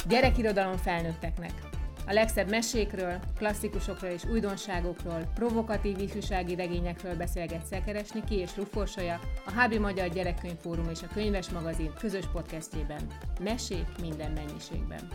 Gyerekirodalom felnőtteknek. A legszebb mesékről, klasszikusokról és újdonságokról, provokatív ifjúsági regényekről beszélget Szekeres Niki és Ruforsolya, a HB Magyar Gyerekkönyvfórum és a Könyves Magazin közös podcastjében. Mesék minden mennyiségben.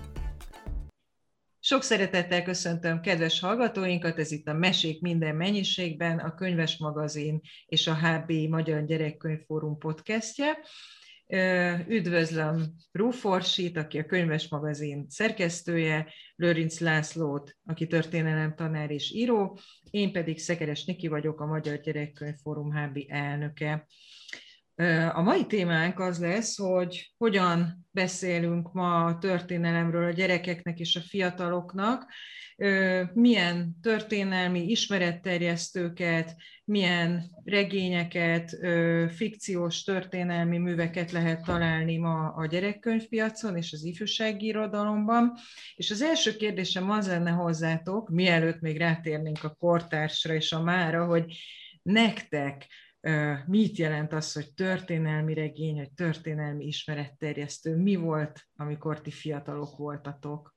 Sok szeretettel köszöntöm kedves hallgatóinkat, ez itt a Mesék minden mennyiségben, a Könyves Magazin és a HB Magyar Gyerekkönyvfórum podcastje. Üdvözlöm Ruforsit, aki a Könyves Magazin szerkesztője, Lőrinc Lászlót, aki történelemtanár és író, én pedig Szekeres Niki vagyok, a Magyar Gyerekkönyvfórum HB elnöke. A mai témánk az lesz, hogy hogyan beszélünk ma a történelemről a gyerekeknek és a fiataloknak, milyen történelmi ismeretterjesztőket, milyen regényeket, fikciós történelmi műveket lehet találni ma a gyerekkönyvpiacon és az ifjúsági irodalomban. És az első kérdésem az lenne hozzátok, mielőtt még rátérnénk a kortársra és a mára, hogy nektek mit jelent az, hogy történelmi regény, vagy történelmi ismeretterjesztő? Mi volt, amikor ti fiatalok voltatok?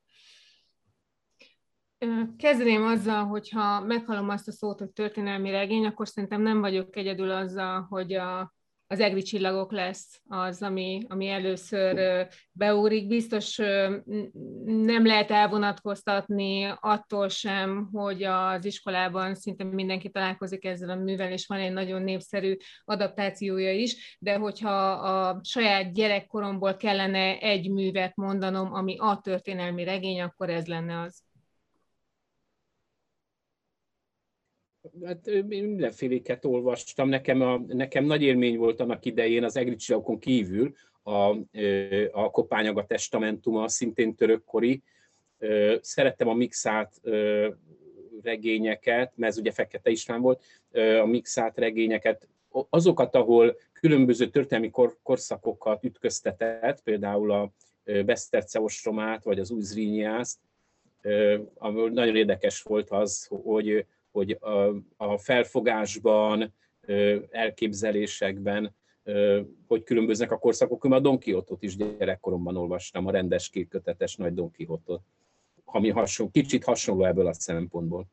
Kezdeném azzal, hogyha meghallom azt a szót, hogy történelmi regény, akkor szerintem nem vagyok egyedül azzal, hogy az egri csillagok lesz az, ami először beugrik. Biztos nem lehet elvonatkoztatni attól sem, hogy az iskolában szinte mindenki találkozik ezzel a művel, és van egy nagyon népszerű adaptációja is, de hogyha a saját gyerekkoromból kellene egy művet mondanom, ami a történelmi regény, akkor ez lenne az. Hát mindenféléket olvastam. Nekem nagy élmény volt annak idején az egri csillagokon kívül a Kopányaga testamentuma, szintén törökkori. Szerettem a mixált regényeket, mert ez ugye Fekete István volt, a mixált regényeket, azokat, ahol különböző történelmi korszakokat ütköztetett, például a Beszterce ostromát, vagy az Új Zrínyiászt. Nagyon érdekes volt az, hogy a felfogásban, elképzelésekben, hogy különböznek a korszakok. A Don Quixote-ot is gyerekkoromban olvastam, a rendes kétkötetes nagy Don Quixote-ot, ami kicsit hasonló ebből a szempontból.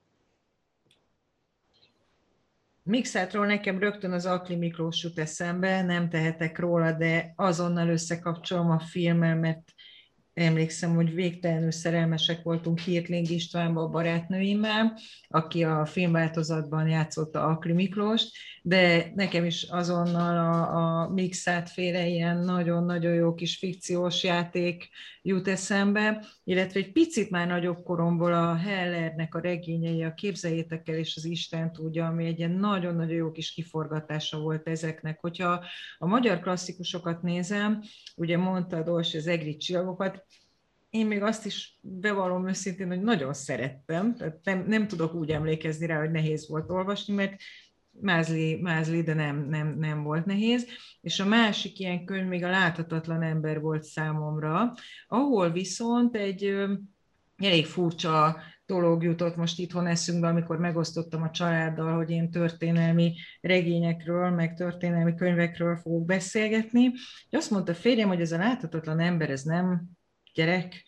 Mixátról nekem rögtön az Akli Miklós jut eszembe, nem tehetek róla, de azonnal összekapcsolom a filmmel, mert emlékszem, hogy végtelenül szerelmesek voltunk Hirtling Istvánba, a barátnőimmel, aki a filmváltozatban játszotta Akli Miklóst, de nekem is azonnal a mixát féle ilyen nagyon-nagyon jó kis fikciós játék jut eszembe, illetve egy picit már nagyobb koromból a Hellernek a regényei, a Képzeljétek el és az Isten tudja, ami egy ilyen nagyon-nagyon jó kis kiforgatása volt ezeknek. Hogyha a magyar klasszikusokat nézem, ugye mondtad, Orsi, az egri csillagokat, én még azt is bevallom őszintén, hogy nagyon szerettem, tehát nem tudok úgy emlékezni rá, hogy nehéz volt olvasni, mert mázli, de nem volt nehéz. És a másik ilyen könyv még a Láthatatlan ember volt számomra, ahol viszont egy elég furcsa dolog jutott most itthon eszünkbe, amikor megosztottam a családdal, hogy én történelmi regényekről, meg történelmi könyvekről fogok beszélgetni. Azt mondta férjem, hogy ez a Láthatatlan ember, ez nem gyerek,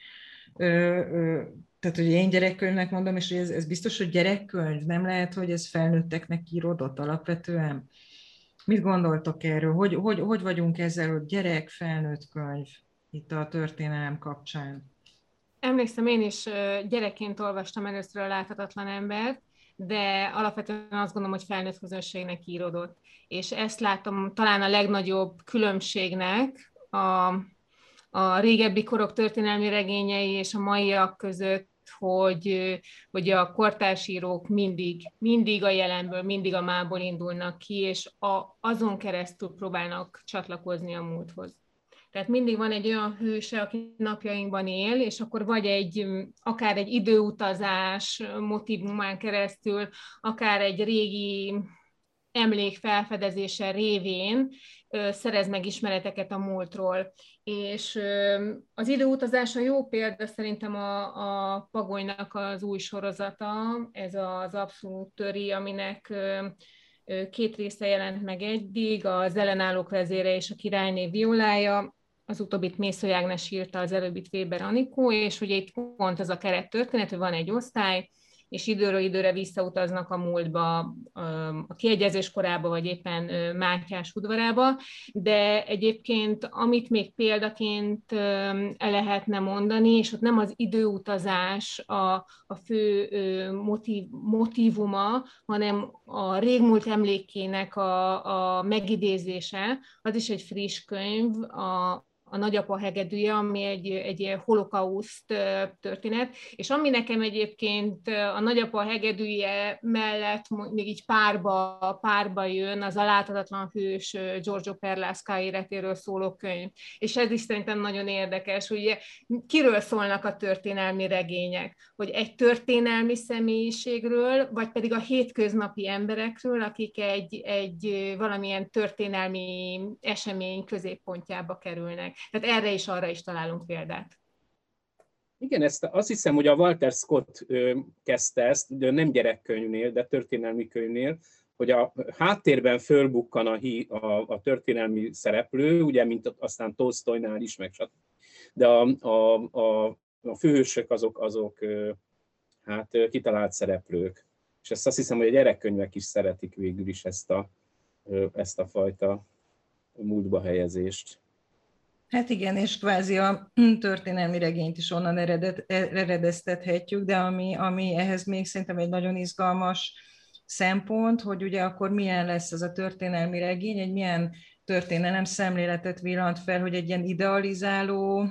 tehát hogy én gyerekkönyvnek mondom, és hogy ez biztos, hogy gyerekkönyv, nem lehet, hogy ez felnőtteknek íródott alapvetően. Mit gondoltok erről? Hogy vagyunk ezzel, hogy gyerek, felnőtt könyv itt a történelem kapcsán? Emlékszem, én is gyerekként olvastam először a Láthatatlan embert, de alapvetően azt gondolom, hogy felnőtt közönségnek íródott. És ezt látom talán a legnagyobb különbségnek a régebbi korok történelmi regényei és a maiak között, hogy a kortársírók mindig a jelenből, mindig a mából indulnak ki, és azon keresztül próbálnak csatlakozni a múlthoz. Tehát mindig van egy olyan hőse, aki napjainkban él, és akkor vagy akár egy időutazás motívumán keresztül, akár egy régi emlék felfedezése révén szerez meg ismereteket a múltról. És az időutazás a jó példa szerintem a Pagolynak az új sorozata, ez az Abszolút töri, aminek 2 része jelent meg eddig, az Ellenállók vezére és a királyné violája. Az utóbbit Mészöly Ágnes írta, az előbbit Weber Anikó, és ugye itt pont ez a kerettörténet, hogy van egy osztály, és időről időre visszautaznak a múltba, a kiegyezés korába, vagy éppen Mátyás udvarába, de egyébként, amit még példaként el lehetne mondani, és ott nem az időutazás a fő motívuma, hanem a régmúlt emlékének a megidézése, az is egy friss könyv, a Nagyapa hegedűje, ami egy holokauszt történet, és ami nekem egyébként a Nagyapa hegedűje mellett még így párba jön, az a Láthatatlan hős Giorgio Perlasca életéről szóló könyv. És ez is szerintem nagyon érdekes, ugye kiről szólnak a történelmi regények, hogy egy történelmi személyiségről, vagy pedig a hétköznapi emberekről, akik egy valamilyen történelmi esemény középpontjába kerülnek. Tehát erre és arra is találunk példát. Igen, azt hiszem, hogy a Walter Scott kezdte ezt, de nem gyerekkönyvnél, de történelmi könyvnél, hogy a háttérben fölbukkan a történelmi szereplő, ugye, mint aztán Tolsztojnál is, meg stb. De a főhősök azok hát kitalált szereplők. És azt hiszem, hogy a gyerekkönyvek is szeretik végül is ezt a fajta múltba helyezést. Hát igen, és kvázi a történelmi regényt is onnan eredeztethetjük, de ami ehhez még szerintem egy nagyon izgalmas szempont, hogy ugye akkor milyen lesz ez a történelmi regény, egy milyen történelem szemléletet villant fel, hogy egy ilyen idealizáló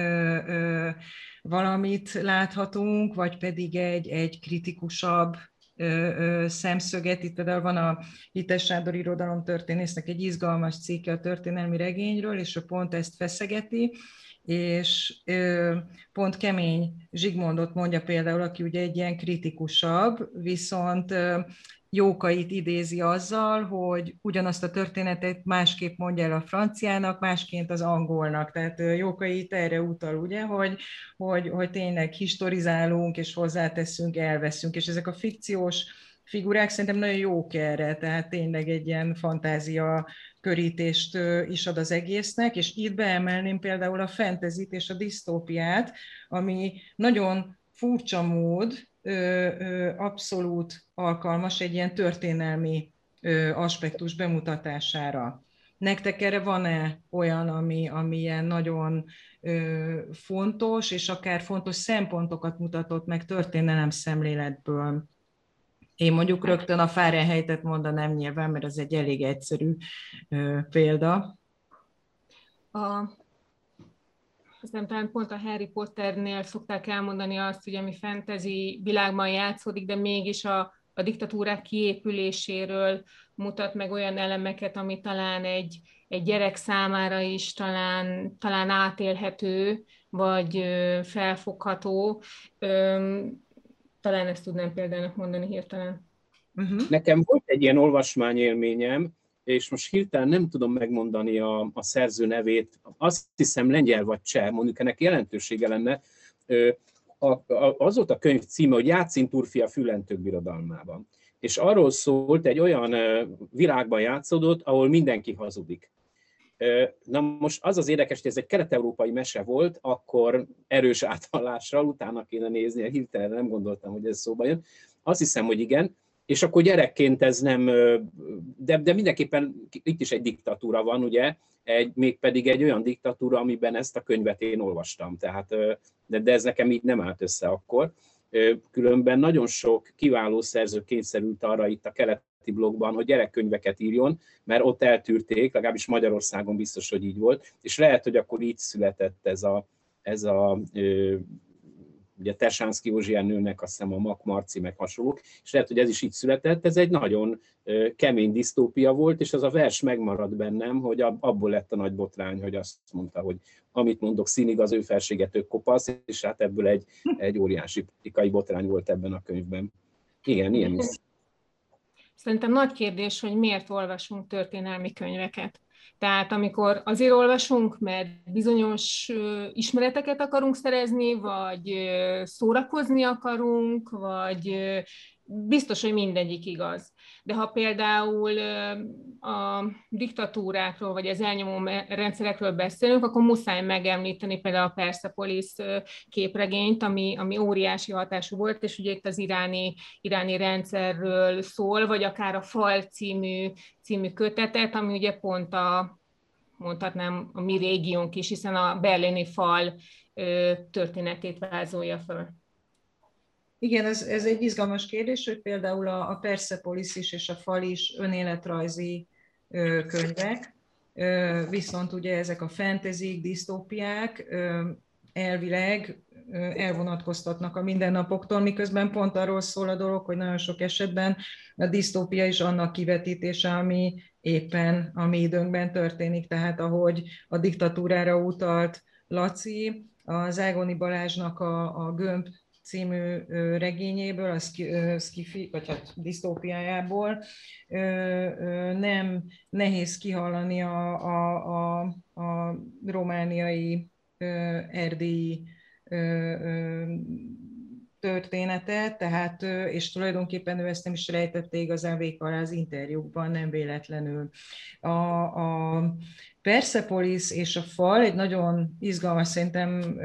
valamit láthatunk, vagy pedig egy kritikusabb szemszöget. Itt például van a Hites Sándor irodalomtörténésznek egy izgalmas cikke a történelmi regényről, és ő pont ezt feszegeti, és pont Kemény Zsigmondot mondja például, aki ugye egy ilyen kritikusabb, viszont Jókait idézi azzal, hogy ugyanazt a történetet másképp mondja el a franciának, másként az angolnak. Tehát Jókai erre utal, ugye, hogy tényleg historizálunk, és hozzáteszünk, elveszünk, és ezek a fikciós figurák szerintem nagyon jók erre, tehát tényleg egy ilyen fantázia körítést is ad az egésznek, és itt beemelném például a fantasyt és a disztópiát, ami nagyon furcsa mód, abszolút alkalmas egy ilyen történelmi aspektus bemutatására. Nektek erre van-e olyan, ami ilyen nagyon fontos, és akár fontos szempontokat mutatott meg történelem szemléletből? Én mondjuk rögtön a Fahrenheitet mondanám nyilván, mert az egy elég egyszerű példa. Aztán talán pont a Harry Potternél szokták elmondani azt, hogy ami fantasy világban játszódik, de mégis a diktatúrák kiépüléséről mutat meg olyan elemeket, ami talán egy gyerek számára is talán átélhető, vagy felfogható. Talán ezt tudnám példának mondani hirtelen. Nekem volt egy ilyen olvasmányélményem, és most hirtelen nem tudom megmondani a szerző nevét, azt hiszem lengyel vagy cseh, mondjuk ennek jelentősége lenne. Az volt a könyv címe, hogy Játszin Turfi a Fülentők birodalmában. És arról szólt, egy olyan világban játszódott, ahol mindenki hazudik. Na most az érdekes, hogy ez egy kelet-európai mese volt, akkor erős áthallással, utána kéne nézni, hirtelen nem gondoltam, hogy ez szóba jön. Azt hiszem, hogy igen. És akkor gyerekként ez nem, de mindenképpen itt is egy diktatúra van, ugye, mégpedig egy olyan diktatúra, amiben ezt a könyvet én olvastam, tehát, de ez nekem így nem állt össze akkor. Különben nagyon sok kiváló szerző kényszerült arra itt a keleti blogban, hogy gyerekkönyveket írjon, mert ott eltűrték, legalábbis Magyarországon biztos, hogy így volt, és lehet, hogy akkor így született ez a ugye Tersánszky Józsi Ernőnek, azt hiszem a Mak Marci, meg hasonlók, és lehet, hogy ez is így született, ez egy nagyon kemény disztópia volt, és az a vers megmaradt bennem, hogy abból lett a nagy botrány, hogy azt mondta, hogy amit mondok, színig az ő felsége tök kopasz, és hát ebből egy óriási politikai botrány volt ebben a könyvben. Igen, ilyen is. Szerintem nagy kérdés, hogy miért olvasunk történelmi könyveket. Tehát amikor azért olvasunk, mert bizonyos ismereteket akarunk szerezni, vagy szórakozni akarunk, vagy biztos, hogy mindegyik igaz. De ha például a diktatúrákról, vagy az elnyomó rendszerekről beszélünk, akkor muszáj megemlíteni például a Persepolis képregényt, ami óriási hatású volt, és ugye itt az iráni rendszerről szól, vagy akár a Fal című kötetet, ami ugye pont mondhatnám a mi régiónk is, hiszen a berlini fal történetét vázolja föl. Igen, ez egy izgalmas kérdés, hogy például a Persepolis is és a Fal is önéletrajzi könyvek, viszont ugye ezek a fantasy, disztópiák elvileg elvonatkoztatnak a mindennapoktól, miközben pont arról szól a dolog, hogy nagyon sok esetben a disztópia is annak kivetítése, ami éppen a mi időnkben történik. Tehát ahogy a diktatúrára utalt Laci, az Ágoni Balázsnak a Gömb című regényéből, a skifi, vagy hát disztópiájából nem nehéz kihallani a romániai, erdélyi történetet, tehát, és tulajdonképpen ő ezt nem is rejtette igazán véka alá az interjúkban, nem véletlenül. A Persepolis és a Fal egy nagyon izgalmas, szerintem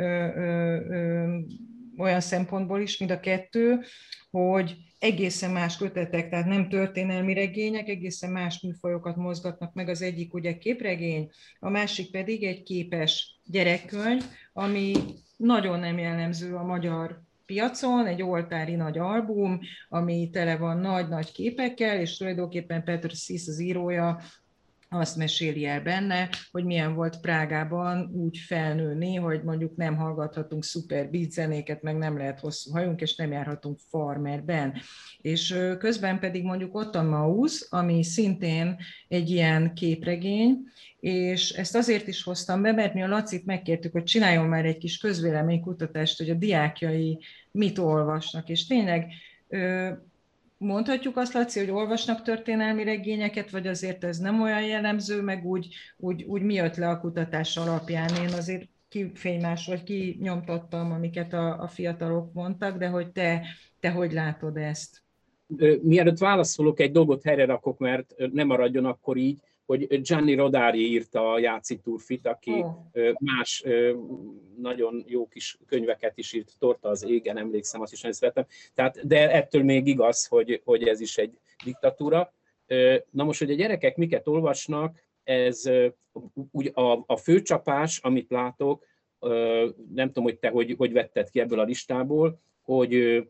olyan szempontból is, mint a kettő, hogy egészen más kötetek, tehát nem történelmi regények, egészen más műfajokat mozgatnak meg. Az egyik ugye képregény, a másik pedig egy képes gyerekkönyv, ami nagyon nem jellemző a magyar piacon, egy oltári nagy album, ami tele van nagy-nagy képekkel, és tulajdonképpen Petr Sis, az írója, azt meséli el benne, hogy milyen volt Prágában úgy felnőni, hogy mondjuk nem hallgathatunk szuper beat zenéket, meg nem lehet hosszú hajunk, és nem járhatunk farmerben. És közben pedig mondjuk ott a Maus, ami szintén egy ilyen képregény, és ezt azért is hoztam be, mert mi a Lacit megkértük, hogy csináljon már egy kis közvéleménykutatást, hogy a diákjai mit olvasnak, és tényleg mondhatjuk azt, Laci, hogy olvasnak történelmi regényeket, vagy azért ez nem olyan jellemző, meg úgy mi jött le a kutatás alapján. Én azért kinyomtattam, amiket a fiatalok mondtak, de hogy te hogy látod ezt? Mielőtt válaszolok, egy dolgot helyre rakok, mert nem maradjon akkor így, hogy Gianni Rodari írta a Játszi Turfit, aki más nagyon jó kis könyveket is írt, Torta az égen, emlékszem, azt is nagyon szeretem. Tehát, de ettől még igaz, hogy ez is egy diktatúra. Na most, hogy a gyerekek miket olvasnak, ez úgy a főcsapás, amit látok, nem tudom, hogy te hogy vetted ki ebből a listából, hogy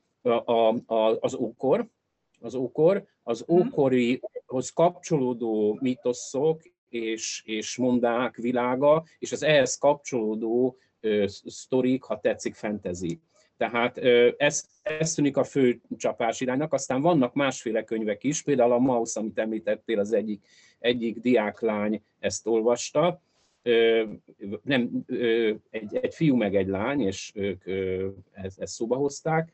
az ókorihoz kapcsolódó mitoszok és mondák világa, és az ehhez kapcsolódó sztorik, ha tetszik, fantasy. Tehát ez tűnik a fő csapás iránynak, aztán vannak másféle könyvek is, például a Maus, amit említettél, az egyik diáklány ezt olvasta, egy fiú meg egy lány, és ők ezt szóba hozták.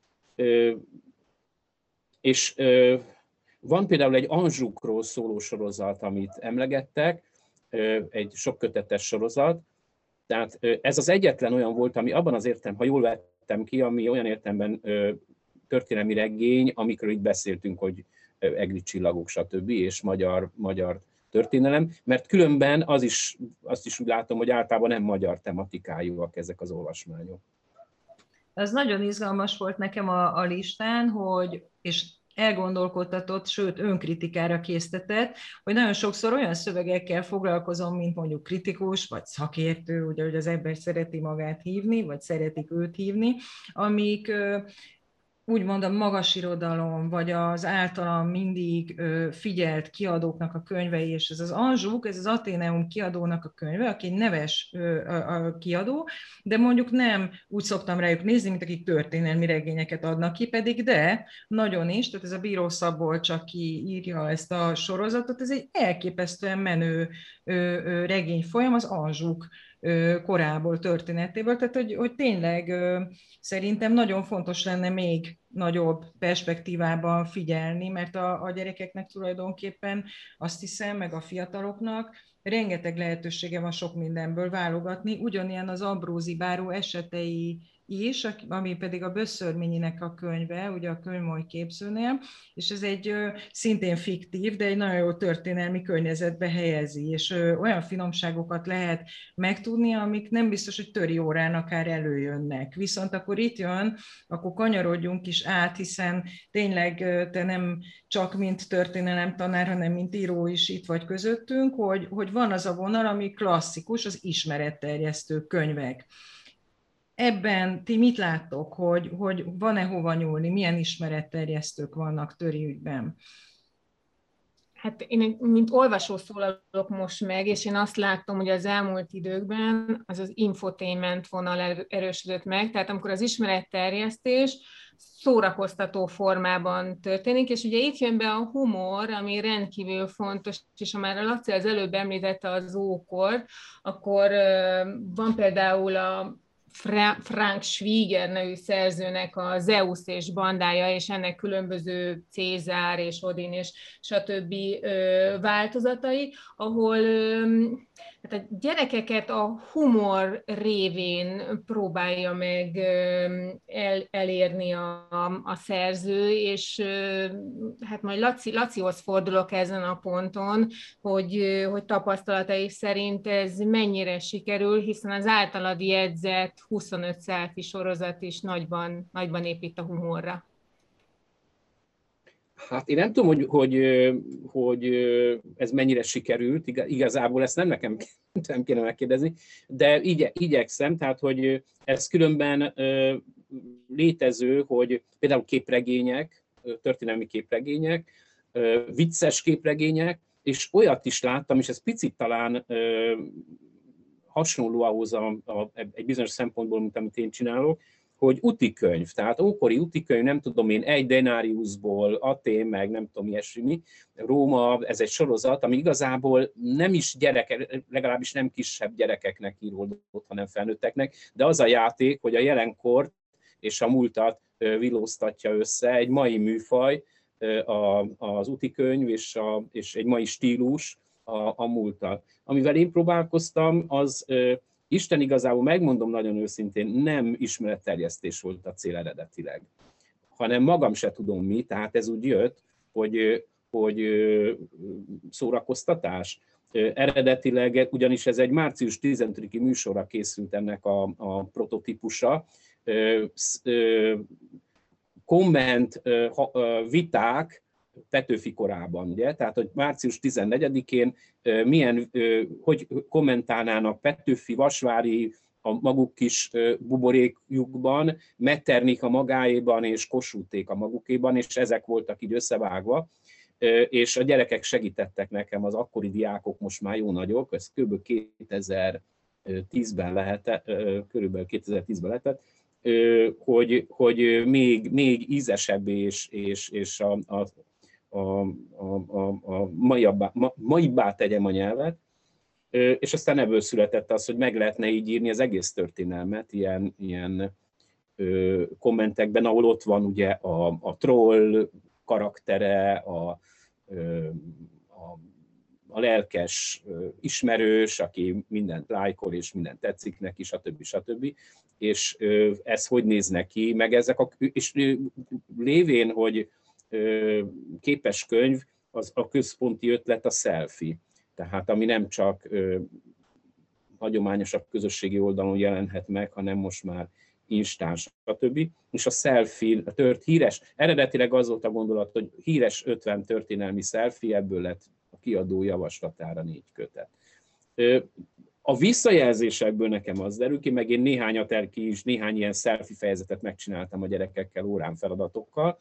És van például egy Anjoukról szóló sorozat, amit emlegettek, egy sokkötetes sorozat, tehát ez az egyetlen olyan volt, ami abban az értelemben, ha jól vettem ki, ami olyan értelemben történelmi regény, amikről itt beszéltünk, hogy egri csillagok, stb. És magyar történelem, mert különben azt is úgy látom, hogy általában nem magyar tematikájúak ezek az olvasmányok. Ez nagyon izgalmas volt nekem a listán, és elgondolkodtatott, sőt önkritikára késztetett, hogy nagyon sokszor olyan szövegekkel foglalkozom, mint mondjuk kritikus, vagy szakértő, ugye, hogy az ember szereti magát hívni, vagy szeretik őt hívni, amik úgymond a magas irodalom, vagy az általam mindig figyelt kiadóknak a könyvei, és ez az Anjouk, ez az Atheneum kiadónak a könyve, aki egy neves kiadó, de mondjuk nem úgy szoktam rájuk nézni, mint akik történelmi regényeket adnak ki, pedig de nagyon is, tehát ez a Bíró Szabolcs, aki írja ezt a sorozatot, ez egy elképesztően menő regényfolyam, az Anjouk korából, történetéből, tehát hogy tényleg szerintem nagyon fontos lenne még nagyobb perspektívában figyelni, mert a gyerekeknek tulajdonképpen azt hiszem, meg a fiataloknak rengeteg lehetősége van sok mindenből válogatni, ugyanilyen az Ambrózi báró esetei is, ami pedig a Böszörményinek a könyve, ugye a Könyvmoly képzőnél, és ez egy szintén fiktív, de egy nagyon jó történelmi környezetbe helyezi, és olyan finomságokat lehet megtudni, amik nem biztos, hogy töri órán akár előjönnek. Viszont akkor itt jön, akkor kanyarodjunk is át, hiszen tényleg te nem csak mint történelemtanár, hanem mint író is itt vagy közöttünk, hogy van az a vonal, ami klasszikus, az ismeretterjesztő könyvek. Ebben ti mit láttok, hogy van-e hova nyúlni, milyen ismeretterjesztők vannak töri ügyben? Hát én, mint olvasó szólalok most meg, és én azt láttam, hogy az elmúlt időkben az infotainment vonal erősödött meg, tehát amikor az ismeretterjesztés szórakoztató formában történik, és ugye itt jön be a humor, ami rendkívül fontos, és ha már a Laci az előbb említette az ókor, akkor van például a Frank Schwieger nevű szerzőnek a Zeus és bandája, és ennek különböző Cézár és Odin és stb. Változatai, ahol hát a gyerekeket a humor révén próbálja meg elérni a szerző, és hát majd Lacihoz fordulok ezen a ponton, hogy tapasztalatai szerint ez mennyire sikerül, hiszen az általad jegyzett 25 selfie sorozat is nagyban épít a humorra. Hát én nem tudom, hogy ez mennyire sikerült, igazából ezt nem nekem kéne megkérdezni, de igyekszem, tehát hogy ez különben létező, hogy például képregények, történelmi képregények, vicces képregények, és olyat is láttam, és ez picit talán hasonló ahhoz egy bizonyos szempontból, mint amit én csinálok, hogy utikönyv, tehát ókori utikönyv, nem tudom én, egy denáriusból, Atén, meg nem tudom ilyesmi, Róma, ez egy sorozat, ami igazából nem is legalábbis nem kisebb gyerekeknek íródott, hanem felnőtteknek, de az a játék, hogy a jelenkort és a múltat vilóztatja össze, egy mai műfaj, az utikönyv és egy mai stílus a múltat. Amivel én próbálkoztam, az Isten igazából, megmondom nagyon őszintén, nem ismeretterjesztés volt a cél eredetileg, hanem magam se tudom mi, tehát ez úgy jött, hogy szórakoztatás. Eredetileg, ugyanis ez egy március 15-i műsorra készült ennek a prototípusa, komment, viták Petőfi korában, ugye? Tehát, hogy március 14-én hogy kommentálnának Petőfi, Vasvári a maguk kis buborékjukban, Metternich a magáéban és Kossuthék a magukéban, és ezek voltak így összevágva, és a gyerekek segítettek nekem, az akkori diákok most már jó nagyok, ez kb. 2010-ben lehetett, hogy még ízesebbé és a maibbá tegyem a nyelvet, és aztán ebből született az, hogy meg lehetne így írni az egész történelmet ilyen kommentekben, ahol ott van ugye a troll karaktere, a lelkes ismerős, aki mindent lájkol és mindent tetszik neki, stb. És ez hogy néz neki, meg ezek és lévén, hogy képes könyv, az a központi ötlet a selfie. Tehát ami nem csak hagyományosabb közösségi oldalon jelenhet meg, hanem most már instáns, stb. És a selfie, híres, eredetileg az volt a gondolat, hogy híres 50 történelmi selfie, ebből lett a kiadó javaslatára 4 kötet. A visszajelzésekből nekem az derül ki, meg én néhány ilyen selfie fejezetet megcsináltam a gyerekekkel, órán feladatokkal,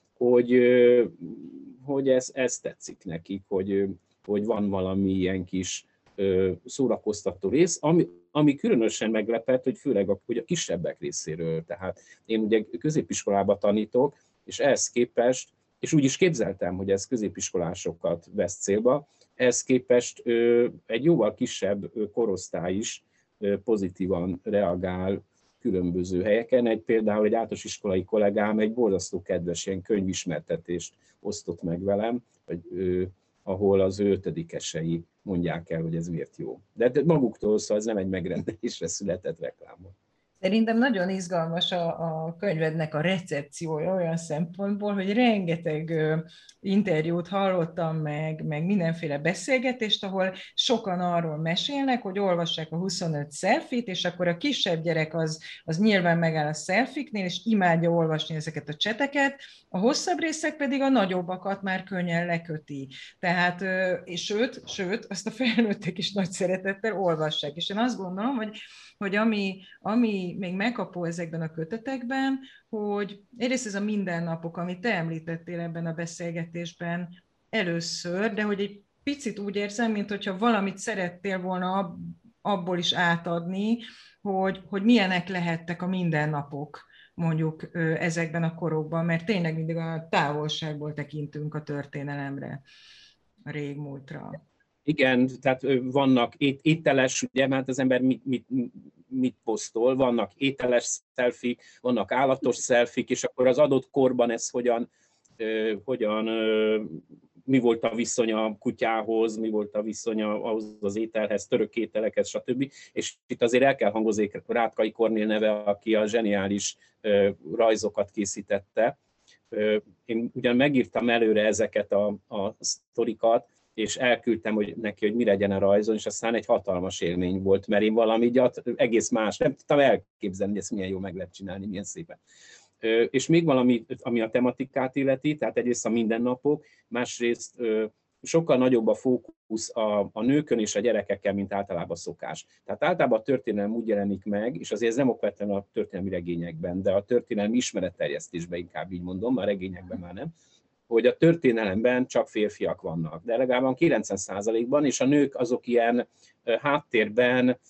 hogy ez tetszik nekik, hogy van valami ilyen kis szórakoztató rész, ami különösen meglepett, hogy főleg a kisebbek részéről. Tehát én ugye középiskolába tanítok, és ehhez képest, és úgy is képzeltem, hogy ez középiskolásokat vesz célba, ehhez képest egy jóval kisebb korosztály is pozitívan reagál különböző helyeken. Például egy általános iskolai kollégám egy borzasztó kedves ilyen könyvismertetést osztott meg velem, ahol az ő ötödikesei mondják el, hogy ez miért jó. De maguktól, szóval ez nem egy megrendelésre született reklám. Szerintem nagyon izgalmas a könyvednek a recepciója olyan szempontból, hogy rengeteg interjút hallottam, meg mindenféle beszélgetést, ahol sokan arról mesélnek, hogy olvassák a 25 selfit, és akkor a kisebb gyerek az nyilván megáll a selfiknél, és imádja olvasni ezeket a cseteket, a hosszabb részek pedig a nagyobbakat már könnyen leköti. Tehát, és sőt, azt a felnőttek is nagy szeretettel olvassák. És én azt gondolom, hogy ami még megkapó ezekben a kötetekben, hogy egyrészt ez a mindennapok, amit te említettél ebben a beszélgetésben először, de hogy egy picit úgy érzem, mintha valamit szerettél volna abból is átadni, hogy milyenek lehettek a mindennapok mondjuk ezekben a korokban, mert tényleg mindig a távolságból tekintünk a történelemre, a régmúltra. Igen, tehát vannak ételes, ugye, mert az ember mit posztol, vannak ételes szelfik, vannak állatos szelfik, és akkor az adott korban ez mi volt a viszony a kutyához, mi volt a viszony ahhoz az ételhez, török ételekhez, stb. És itt azért el kell hangozni Rátkai Kornél neve, aki a zseniális rajzokat készítette. Én ugyan megírtam előre ezeket a sztorikat, és elküldtem neki, hogy mi legyen a rajzon, és aztán egy hatalmas élmény volt, mert én valami egész más, nem tudtam elképzelni, hogy ezt milyen jó meg lehet csinálni, milyen szépen. És még valami, ami a tematikát illeti, tehát egyrészt a mindennapok, másrészt sokkal nagyobb a fókusz a nőkön és a gyerekekkel, mint általában szokás. Tehát általában a történelem úgy jelenik meg, és azért ez nem okvetlenül a történelmi regényekben, de a történelmi ismeretterjesztésben inkább így mondom, a regényekben már nem, hogy a történelemben csak férfiak vannak, de legalább 90%-ban, és a nők azok ilyen háttérben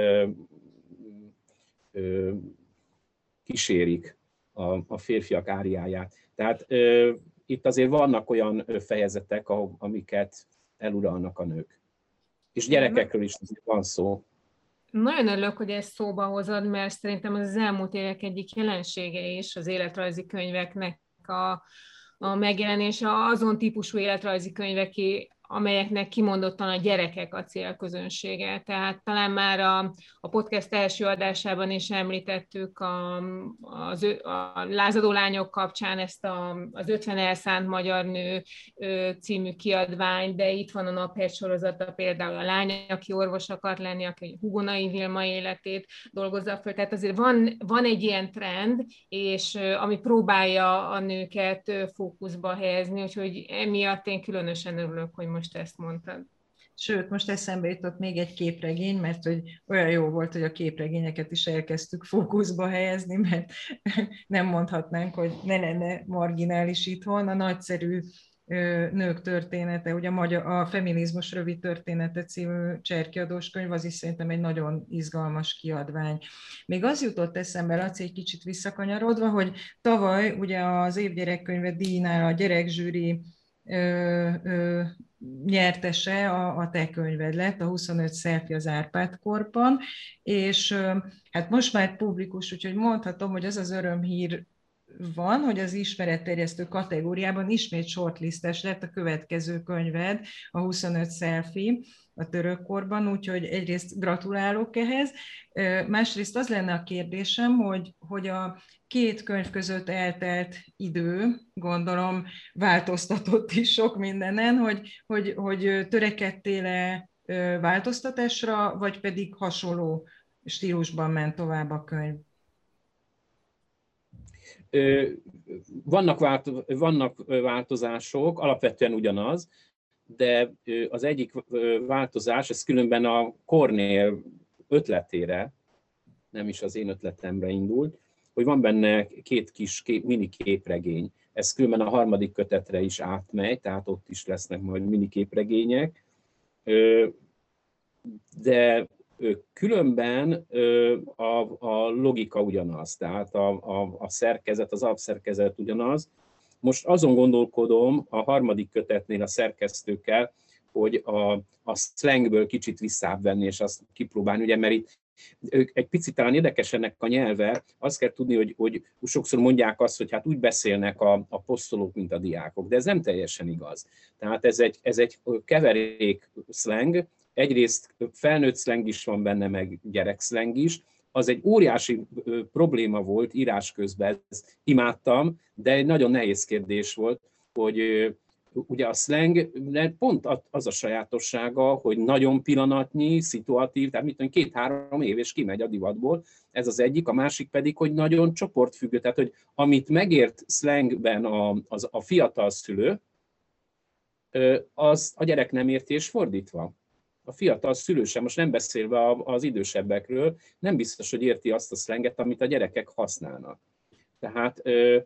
kísérik a férfiak áriáját. Tehát itt azért vannak olyan fejezetek, amiket eluralnak a nők. És gyerekekről is van szó. Nagyon örülök, hogy ezt szóba hozod, mert szerintem az elmúlt évek egyik jelensége is az életrajzi könyveknek a megjelenése, azon típusú életrajzi könyveké, amelyeknek kimondottan a gyerekek a célközönsége. Tehát talán már a podcast első adásában is említettük a lázadó lányok kapcsán ezt az 50 elszánt magyar nő című kiadvány, de itt van a Naphegy sorozata, például a lány, aki orvos akart lenni, aki Hugonai Vilma életét dolgozza föl. Tehát azért van egy ilyen trend, és ami próbálja a nőket fókuszba helyezni, úgyhogy emiatt én különösen örülök, hogy most ezt mondtad. Sőt, most eszembe jutott még egy képregény, mert hogy olyan jó volt, hogy a képregényeket is elkezdtük fókuszba helyezni, mert nem mondhatnánk, hogy ne lenne marginális itthon. A nagyszerű nők története, ugye a Feminizmus rövid története című cserkiadós könyv, az is szerintem egy nagyon izgalmas kiadvány. Még az jutott eszembe, Laci, egy kicsit visszakanyarodva, hogy tavaly ugye az évgyerekkönyve díjnál a gyerekzsűri nyertese a te könyved lett, a 25 selfie az Árpád-korban, és hát most már publikus, úgyhogy mondhatom, hogy az örömhír van, hogy az ismeretterjesztő kategóriában ismét shortlistes lett a következő könyved, a 25 selfie a törökkorban, úgyhogy egyrészt gratulálok ehhez. Másrészt az lenne a kérdésem, hogy a két könyv között eltelt idő, gondolom változtatott is sok mindenen, hogy törekedtél-e változtatásra, vagy pedig hasonló stílusban ment tovább a könyv? Vannak változások, alapvetően ugyanaz, de az egyik változás, ez különben a Kornél ötletére, nem is az én ötletemre indult, hogy van benne két kis mini képregény. Ez különben a harmadik kötetre is átmegy, tehát ott is lesznek majd mini képregények. De különben a logika ugyanaz, tehát a szerkezet, az alapszerkezet ugyanaz. Most azon gondolkodom a harmadik kötetnél a szerkesztőkkel, hogy a szlangből kicsit visszább venni, és azt kipróbálni, ugye, mert itt Egy picit talán érdekes ennek a nyelve, azt kell tudni, hogy sokszor mondják azt, hogy hát úgy beszélnek a posztolók, mint a diákok, de ez nem teljesen igaz. Tehát ez egy keverék szleng, egyrészt felnőtt szleng is van benne, meg gyerekszleng is. Az egy óriási probléma volt írás közben, ezt imádtam, de egy nagyon nehéz kérdés volt, hogy ugye a szleng pont az a sajátossága, hogy nagyon pillanatnyi, szituatív, tehát mit tudom, 2-3 év és kimegy a divatból, ez az egyik, a másik pedig, hogy nagyon csoportfüggő, tehát hogy amit megért szlengben a fiatal szülő, az a gyerek nem érti, és fordítva. A fiatal szülő sem, most nem beszélve az idősebbekről, nem biztos, hogy érti azt a szlenget, amit a gyerekek használnak. Tehát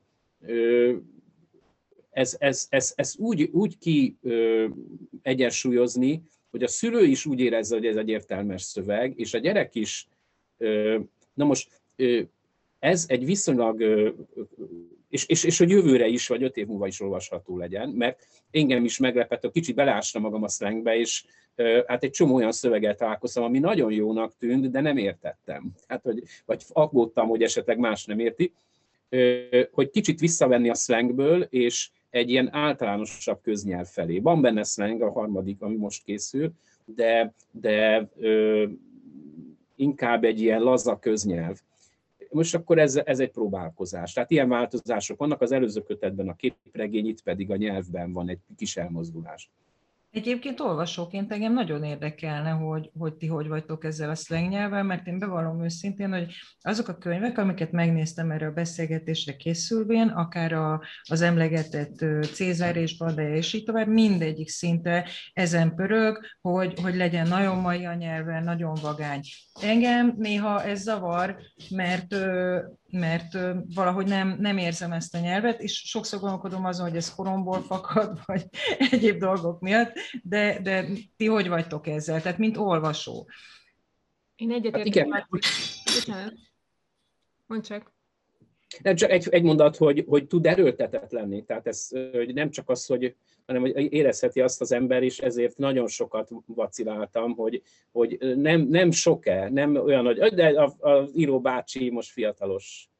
ez úgy egyensúlyozni, hogy a szülő is úgy érezze, hogy ez egy értelmes szöveg, és a gyerek is. Na most ez egy viszonylag, és hogy jövőre is, vagy 5 év múlva is olvasható legyen, mert engem is meglepett, hogy kicsit beleástam magam a szlengbe, és hát egy csomó olyan szöveggel találkoztam, ami nagyon jónak tűnt, de nem értettem. Hát, vagy aggódtam, hogy esetleg más nem érti. Hogy kicsit visszavenni a szlengből, és egy ilyen általánosabb köznyelv felé. Van benne szleng, a harmadik, ami most készül, de inkább egy ilyen laza köznyelv. Most akkor ez egy próbálkozás. Tehát ilyen változások vannak, az előző kötetben a képregény, itt pedig a nyelvben van egy kis elmozdulás. Egyébként olvasóként engem nagyon érdekelne, hogy ti hogy vagytok ezzel a szleng nyelvvel, mert én bevallom őszintén, hogy azok a könyvek, amiket megnéztem erre a beszélgetésre készülvén, akár az emlegetett Cézár és Badály, és így tovább, mindegyik szinte ezen pörög, hogy legyen nagyon mai a nyelven, nagyon vagány. Engem néha ez zavar, mert valahogy nem érzem ezt a nyelvet, és sokszor gondolkodom azon, hogy ez koromból fakad, vagy egyéb dolgok miatt, de ti hogy vagytok ezzel? Tehát mint olvasó. Én egyetértek. Hát mondd csak. Nem csak egy mondat, hogy tud erőltetett lenni. Tehát ez hogy nem csak az, hanem hogy érezheti azt az ember is, ezért nagyon sokat vaciláltam, hogy nem sok-e, nem olyan, hogy de az író bácsi most fiatalos.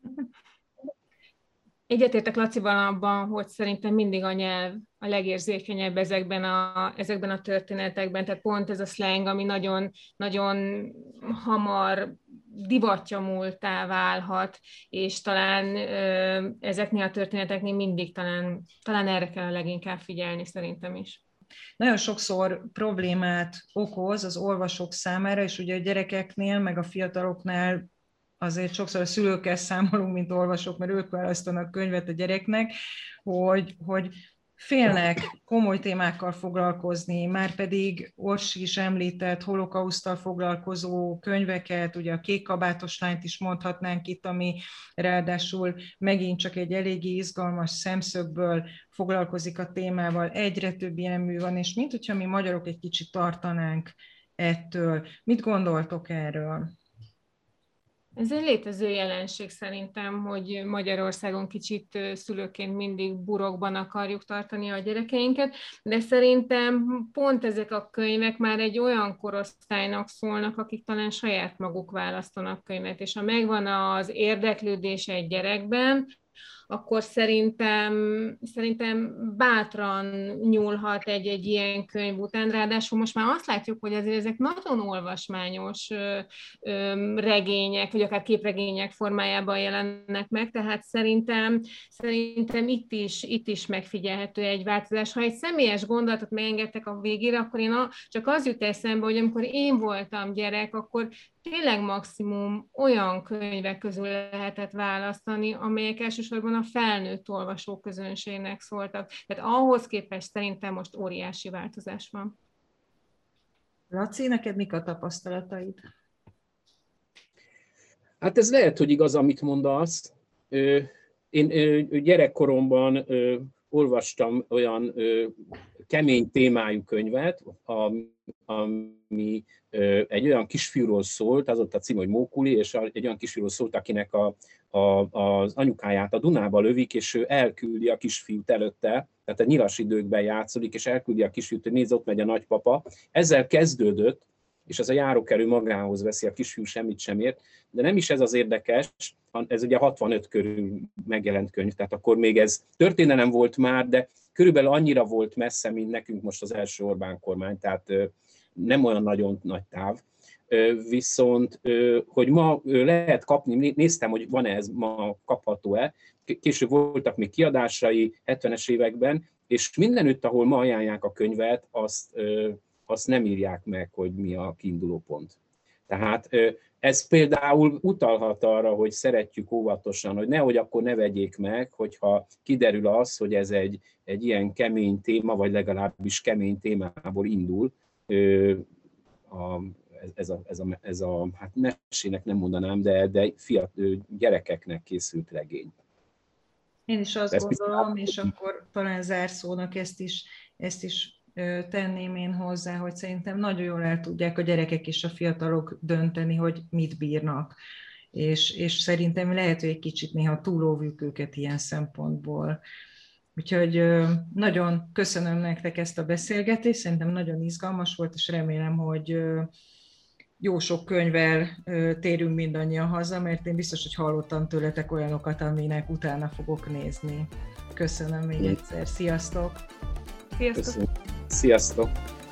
Egyetértek Lacival abban, hogy szerintem mindig a nyelv a legérzékenyebb ezekben a történetekben, tehát pont ez a slang, ami nagyon, nagyon hamar divatja múltá válhat, és talán ezeknél a történeteknél mindig talán erre kell leginkább figyelni szerintem is. Nagyon sokszor problémát okoz az olvasók számára, és ugye a gyerekeknél, meg a fiataloknál azért sokszor a szülőkkel számolunk, mint olvasók, mert ők választanak könyvet a gyereknek, hogy félnek komoly témákkal foglalkozni, már pedig Orsi is említett holokauszttal foglalkozó könyveket, ugye a Kék kabátos lányt is mondhatnánk itt, ami ráadásul megint csak egy eléggé izgalmas szemszögből foglalkozik a témával, egyre több ilyen mű van, és mint hogyha mi magyarok egy kicsit tartanánk ettől. Mit gondoltok erről? Ez egy létező jelenség szerintem, hogy Magyarországon kicsit szülőként mindig burokban akarjuk tartani a gyerekeinket, de szerintem pont ezek a könyvek már egy olyan korosztálynak szólnak, akik talán saját maguk választanak könyvet, és ha megvan az érdeklődés egy gyerekben, akkor szerintem bátran nyúlhat egy ilyen könyv után. Ráadásul most már azt látjuk, hogy azért ezek nagyon olvasmányos regények, vagy akár képregények formájában jelennek meg, tehát szerintem itt is megfigyelhető egy változás. Ha egy személyes gondolatot megengedtek a végére, akkor én csak az jut eszembe, hogy amikor én voltam gyerek, akkor tényleg maximum olyan könyvek közül lehetett választani, amelyek elsősorban a felnőtt olvasóközönségnek szóltak. Tehát ahhoz képest szerintem most óriási változás van. Laci, neked mik a tapasztalataid? Hát ez lehet, hogy igaz, amit mondasz. Én gyerekkoromban olvastam olyan kemény témájú könyvet, ami egy olyan kisfiúról szólt, az ott a cím, hogy Mókuli, és egy olyan kisfiúról szólt, akinek az anyukáját a Dunába lövik, és ő elküldi a kisfiút előtte, tehát a nyilas időkben játszódik, és elküldi a kisfiút, hogy nézd, ott megy a nagypapa. Ezzel kezdődött és ez a járókelő magához veszi, a kisfiú semmit sem ért, de nem is ez az érdekes, ez ugye 65 körül megjelent könyv, tehát akkor még ez történelem volt már, de körülbelül annyira volt messze, mint nekünk most az első Orbán kormány, tehát nem olyan nagyon nagy táv. Viszont, hogy ma lehet kapni, néztem, hogy van-e ez ma kapható-e, később voltak még kiadásai 70-es években, és mindenütt, ahol ma ajánlják a könyvet, azt nem írják meg, hogy mi a kiinduló pont. Tehát ez például utalhat arra, hogy szeretjük óvatosan, hogy nehogy akkor ne vegyék meg, hogyha kiderül az, hogy ez egy ilyen kemény téma, vagy legalábbis kemény témából indul. Ez a hát mesének nem mondanám, de fiatal gyerekeknek készült regény. Én is azt gondolom, és akkor talán zárszónak ezt is tenném én hozzá, hogy szerintem nagyon jól el tudják a gyerekek és a fiatalok dönteni, hogy mit bírnak. És szerintem lehet, hogy egy kicsit néha túlóvjuk őket ilyen szempontból. Úgyhogy nagyon köszönöm nektek ezt a beszélgetést, szerintem nagyon izgalmas volt, és remélem, hogy jó sok könyvvel térünk mindannyian haza, mert én biztos, hogy hallottam tőletek olyanokat, aminek utána fogok nézni. Köszönöm még egyszer, sziasztok! Sziasztok! Sziasztok!